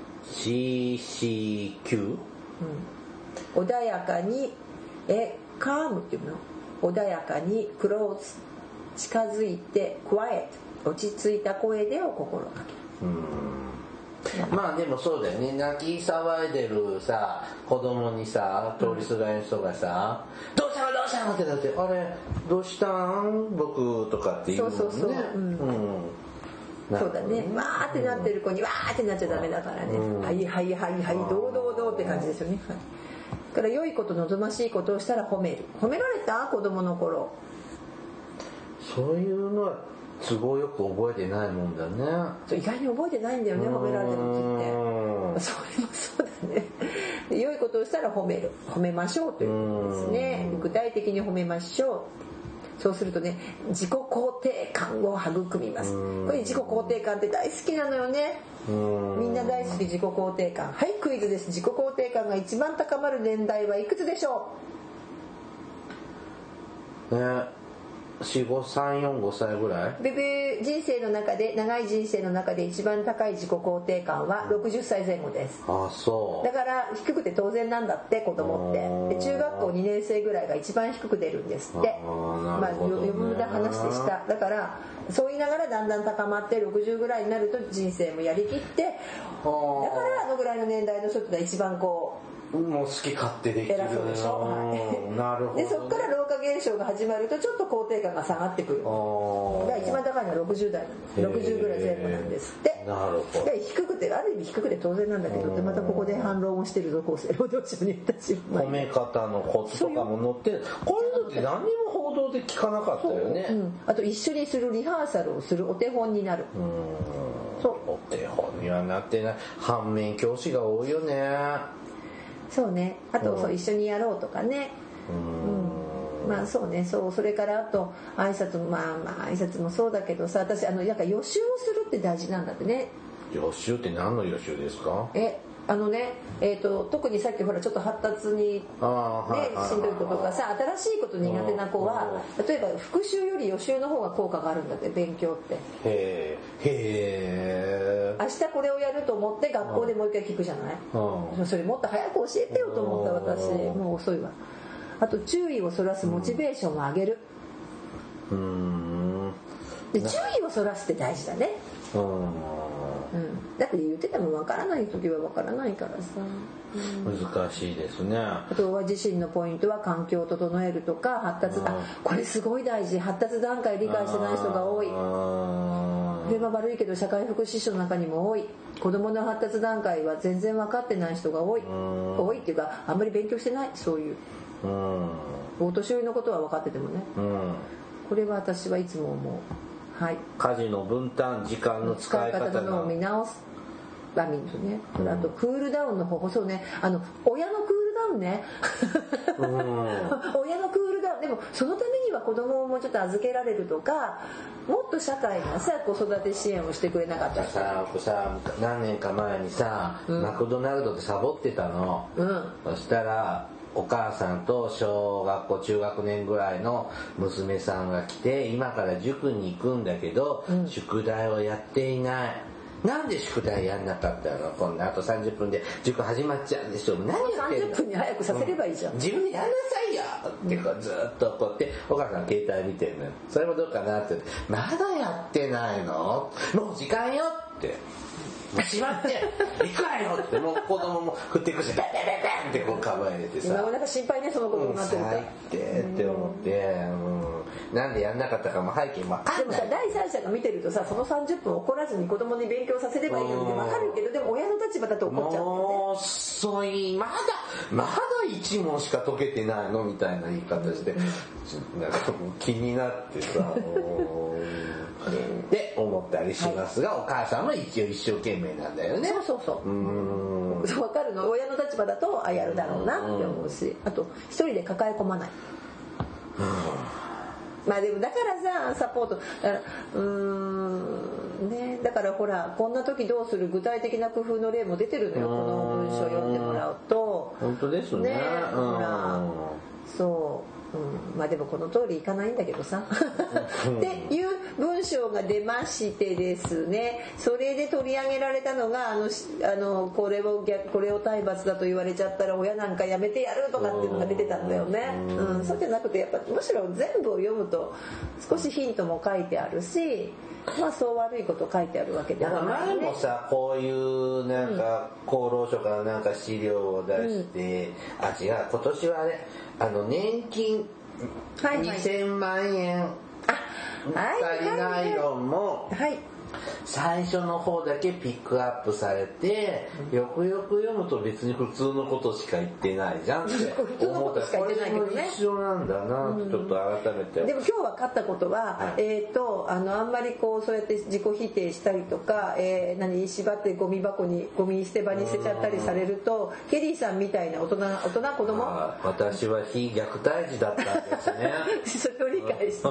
CCQ？ 穏やかにカームっていうの、穏やかにクローズ、近づいてクワイエット、落ち着いた声でを心がける。 でもそうだよね、泣き騒いでるさ子供にさ、通りすがりの人がさ、どうしたのってなって、あれどうしたん僕とかって言うもんね。 そうだね、わーってなってる子にわーってなっちゃダメだからね、はいどうって感じですよね。だから良いこと、望ましいことをしたら褒める。褒められた子供の頃。 そういうのは都合よく覚えてないもんだね。 意外に覚えてないんだよね、褒められた時って。それもそうだね。良いことをしたら褒める、褒めましょうということですね。具体的に褒めましょう。 そうするとね自己肯定感を育みます。これ自己肯定感って大好きなのよね。みんな大好き自己肯定感。はい、クイズです。自己肯定感が一番高まる年代はいくつでしょう?4、5、3、4、5歳ぐらい？ ベベ人生の中で、長い人生の中で一番高い自己肯定感は60歳前後です。 あ、そう。 だから低くて当然なんだって子供って。で中学校2年生ぐらいが一番低く出るんですって。まあ余分な話でした。だからそう言いながらだんだん高まって60ぐらいになると人生もやりきって、だからあのぐらいの年代の人が一番こうもう好き勝手できる。 偉そうでしょ。 なるほど、ね。 でそこから老化現象が始まるとちょっと肯定感が下がってくる。だから一番高いのは60代なんです。60ぐらい前後なんですって。 なるほど。 で低くてある意味低くて当然なんだけどってまたここで反論をしてるぞ厚生労働省に私褒め方のコツとかも載ってこういうのって何にも報道で聞かなかったよね。 あと一緒にするリハーサルをするお手本になる。 そうお手本にはなってない。反面教師が多いよね。 そうね。あとそう一緒にやろうとかね。まあそうね。それからあと挨拶もまあ挨拶もそうだけどさ、私なんか予習をするって大事なんだってね。 予習って何の予習ですか？ 特にさっきほらちょっと発達にねしんどい子とかさ、新しいこと苦手な子は例えば復習より予習の方が効果があるんだって、勉強って。 へえ。 明日これをやると思って学校でもう一回聞くじゃない。それもっと早く教えてよと思った私。もう遅いわ。あと注意をそらすモチベーションを上げる。で注意をそらすって大事だね。だって言っててもわからない時はわからないからさ。 難しいですね。 あとは自身のポイントは環境を整えるとか発達、これすごい大事。発達段階理解してない人が多い。これは悪いけど社会福祉士の中にも多い。子どもの発達段階は全然分かってない人が多い。多いっていうかあんまり勉強してない。そういうお年寄りのことは分かっててもね。これは私はいつも思う。はい、 家事の分担、時間の使い方の見直す場面とね。あとクールダウンの方法。そうね、親のクールダウンね。親のクールダウンでもそのためには子供をもうちょっと預けられるとか、もっと社会がさ子育て支援をしてくれなかったさ何年か前にさ、マクドナルドでサボってたの。そしたらお母さんと小学校中学年ぐらいの娘さんが来て、今から塾に行くんだけど、宿題をやっていない。なんで宿題やんなかったの？こんなあと30分で塾始まっちゃうんでしょ。何やってんの？ 30分に早くさせればいいじゃん。 自分でやんなさいよってこうずっとこうやってお母さん携帯見てるのよ。それもどうかなって。まだやってないの？もう時間よって。しまって行くわよってもう子供も振ってくしベンベンベンってこう構えてさ、 今なんか心配ねその子供になってると最低って思って、なんでやんなかったかも背景分かんない。 でもさ第三者が見てるとさ、その30分怒らずに子供に勉強させればいいのって分かるけど、でも親の立場だと怒っちゃうんだよね。 もう遅い、まだ1問しか解けてないのみたいな言い方して、なんかもう気になってさって思ったりしますが、お母さんも一応一生懸命なんだよね。 そう分かるの。親の立場だとやるだろうなって思うし、あと一人で抱え込まない。まあでもだからさサポートだからね、だからほらこんな時どうする具体的な工夫の例も出てるのよ。この文章を読んでもらうと本当ですね。 ほらそうまあでもこの通りいかないんだけどさっていう文章が出ましてですね、それで取り上げられたのがこれを体罰だと言われちゃったら親なんかやめてやるとかっていうのが出てたんだよね。そうじゃなくてやっぱむしろ全部を読むと少しヒントも書いてあるし、まあそう悪いこと書いてあるわけではないね。 前もさこういうなんか厚労省からなんか資料を出して、違う今年はね年金2000万円足りないのも最初の方だけピックアップされて、よくよく読むと別に普通のことしか言ってないじゃんって思ったら、これも一緒なんだなってちょっと改めて。 でも今日分かったことは、あんまりこうそうやって自己否定したりとか、縛ってゴミ捨て場に捨てちゃったりされると、ケリーさんみたいな大人子供私は非虐待児だったんですねそれを理返して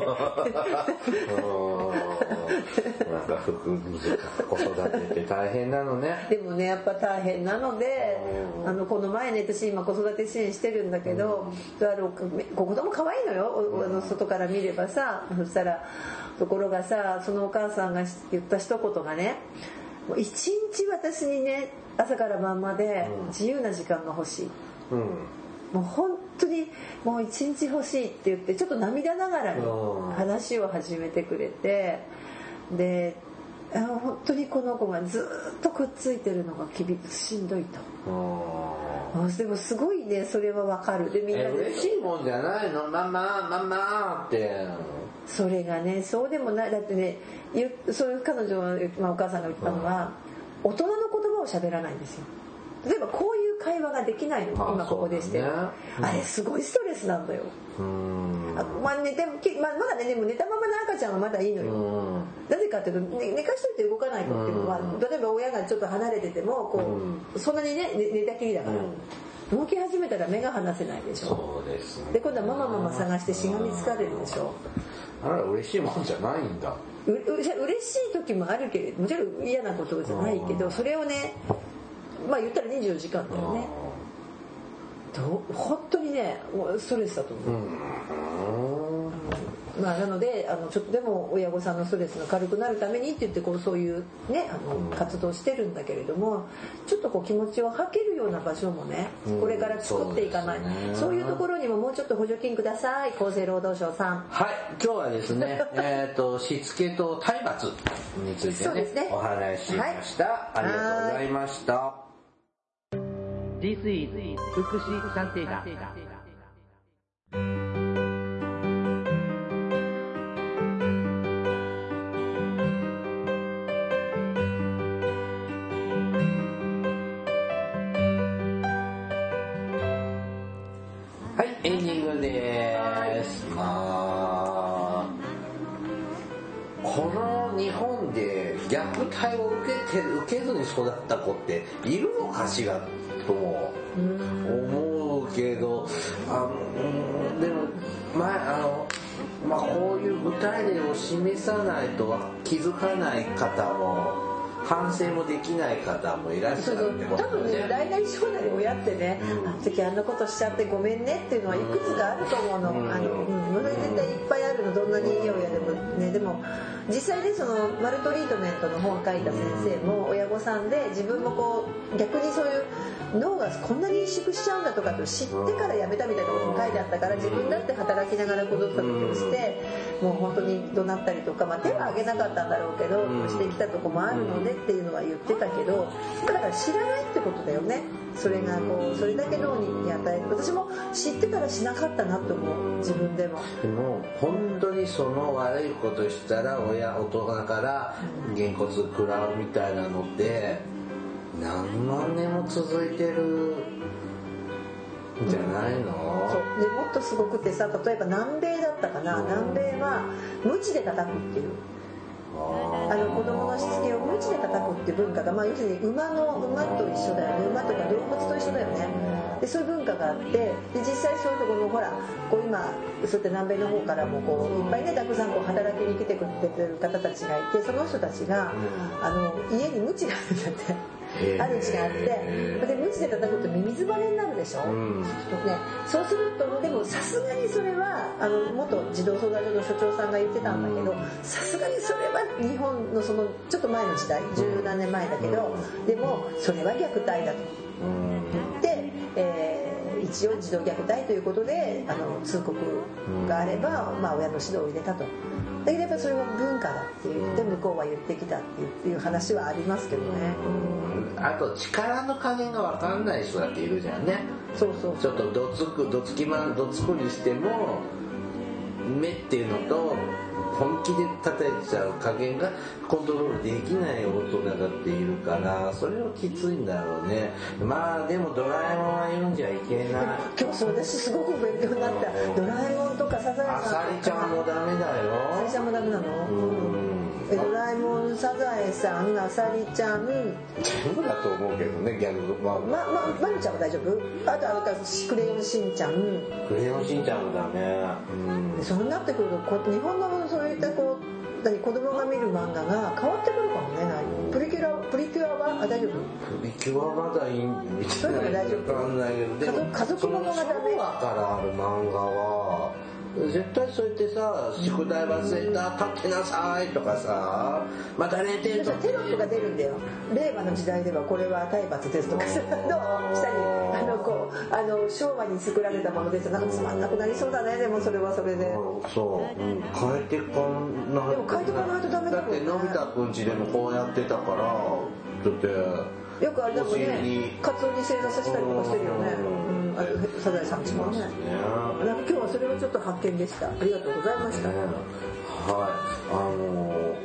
なんか子育てって大変なのね。 でもねやっぱ大変なので、この前ね私今子育て支援してるんだけど、子供可愛いのよ、外から見ればさ。そしたらところがさ、そのお母さんが言った一言がね、もう一日私にね朝から晩まで自由な時間が欲しい、もう本当にもう一日欲しいって言ってちょっと涙ながらに話を始めてくれて、で本当にこの子がずっとくっついてるのがしんどいと。でもすごいねそれはわかる。でみんなで嬉しいもんじゃないの、ママって。 それがねそうでもない。だってねそういう彼女は、お母さんが言ったのは、大人の言葉を喋らないんですよ。例えばこういう会話ができないの、今ここでして、あれすごいストレスなんだよ。まだねでも寝たままの赤ちゃんはまだいいのよ。なぜかっていうと、寝かしといて動かない子っていうのは、例えば親がちょっと離れててもそんなにね寝たきりだから、動き始めたら目が離せないでしょ。 そうですね。 で今度はママ探してしがみつかれるでしょ。 あれ嬉しいもんじゃないんだ。 嬉しい時もあるけれどもちろん嫌なことじゃないけど、それをね言ったら24時間だよね。本当にねストレスだと思う。なのでちょっとでも親御さんのストレスが軽くなるためにって言ってそういうね活動してるんだけれども、ちょっと気持ちを吐けるような場所もねこれから作っていかない、そういうところにももうちょっと補助金ください、厚生労働省さん。 はい、今日はですねしつけと体罰についてねお話ししました。ありがとうございました。 This is 福祉探偵団。 はい、エンディングです。この日本で虐待を受けずに育った子っているのかしらとも思うけど、でもこういう具体例を示さないと気づかない方も反省もできない方もいらっしゃるってこと多分ね大なり小なり親ってね、あの時あんなことしちゃってごめんねっていうのはいくつかあると思うの。それ絶対いっぱいあるの、どんなにいい親でもね。でも実際ねそのマルトリートメントの本を書いた先生も親御さんで、自分も逆にそういう脳がこんなに萎縮しちゃうんだとかと知ってからやめたみたいなことも書いてあったから、自分だって働きながら子育てをしてもう本当に怒鳴ったりとか、手は挙げなかったんだろうけどしてきたとこもあるのでっていうのは言ってたけど、だから知らないってことだよね。それがそれだけ脳に与える。私も知ってたらしなかったなと思う、自分でも。 でも本当にその悪いことしたら大人からげんこつ食らうみたいなのって何万年も続いてるんじゃないの？ そうでもっとすごくてさ、例えば南米だったかな、南米は鞭で叩くっていう、子供のしつけを鞭で叩くっていう文化が、要するに馬と一緒だよね。馬とか動物と一緒だよね。でそういう文化があって、で実際そういうところもほら今そうやって南米の方からもいっぱいねたくさん働きに来てくれてる方たちがいて、その人たちが家に鞭があるんだって。主があって、で鞭で叩くとミミズバレになるでしょ、そうするとでもさすがにそれは元児童相談所の所長さんが言ってたんだけど、さすがにそれは日本のそのちょっと前の時代、十何年前だけど、でもそれは虐待だと言って、一応児童虐待ということで通告があれば、親の指導を入れたと。だけどやっぱりそれは文化だって言って向こうは言ってきたっていう話はありますけどね。 あと力の加減が分かんない人だっているじゃんね。 そうちょっとどつくにしても目っていうのと本気で叩いちゃう加減がコントロールできない大人だっているから、それはきついんだろうね。でもドラえもんは読んじゃいけない。 今日私すごく勉強になった。ドラえもんとかサザエさんとか。 アサリちゃんもダメだよ。 アサリちゃんもダメなの？ ドラえもん、サザエさん、あさりちゃん、 全部だと思うけどね、ギャグ漫画。 まるちゃんは大丈夫？あとクレヨンしんちゃん。 クレヨンしんちゃんもだね。 そうなってくると日本のそういった子供が見る漫画が変わってくるかもね。プリキュアは大丈夫？ プリキュアはまだいいみたいな。 大丈夫？ わかんないけど、でも家族ものがダメ。 昭和からある漫画は絶対そうやってさ、宿題忘れた、立ってなさいとかさ、また0点とかテロップが出るんだよ。令和の時代ではこれは体罰ですとかさ、下に昭和に作られたものです。なんかつまんなくなりそうだね。でもそれはそれで。 そう、変えてかない。 でも変えてかないとダメだもんね。 だってのび太くんちでもこうやってたから、だってよくあれだもんね。カツオに正座させたりとかしてるよね。サザエさんちもね。今日はそれはちょっと発見でした。ありがとうございました。 はい、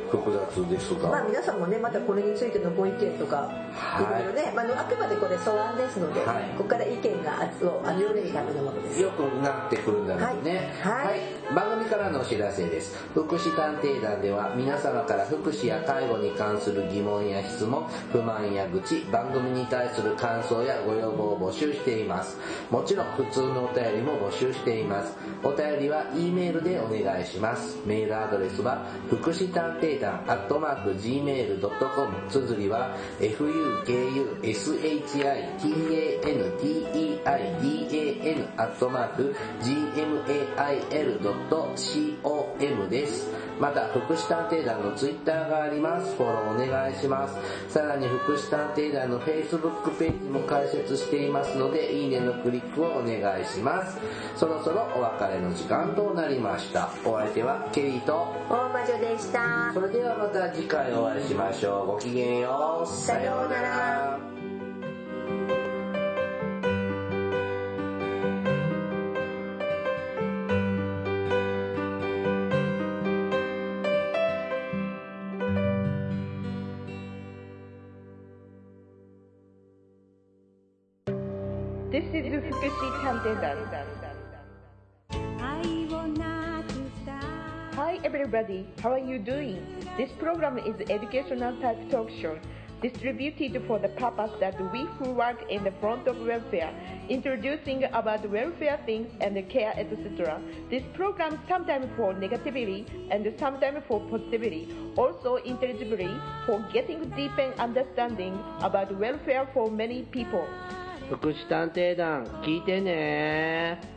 複雑ですが、 皆さんもね、またこれについてのご意見とか、いろいろね、あくまでこれ素案ですので、ここから意見が集めるためのものです。 よくなってくるんだろうね。はい、番組からのお知らせです。福祉探偵団では皆様から福祉や介護に関する疑問や質問、不満や愚痴、番組に対する感想やご要望を募集しています。もちろん普通のお便りも募集しています。お便りは E メールでお願いします。メールアドレスは福祉探偵団@gmail.com、 綴りは fukushitanteidan@gmail.com です。また福祉探偵団のツイッターがあります。フォローお願いします。さらに福祉探偵団の Facebook ページも開設していますので、いいねのクリックをお願いします。そろそろお別れの時間となりました。お相手はケリーと大魔女でした。 それではまた次回お会いしましょう。ごきげんよう。 さようなら。 This is 福祉探偵団。Hi everybody, how are you doing? This program is educational type talk show distributed for the purpose that we who work in the front of welfare, introducing about welfare things and care, etc. This program sometimes for negativity and sometimes for positivity, also intelligibly for getting deeper understanding about welfare for many people. 福祉探偵団聞いてね。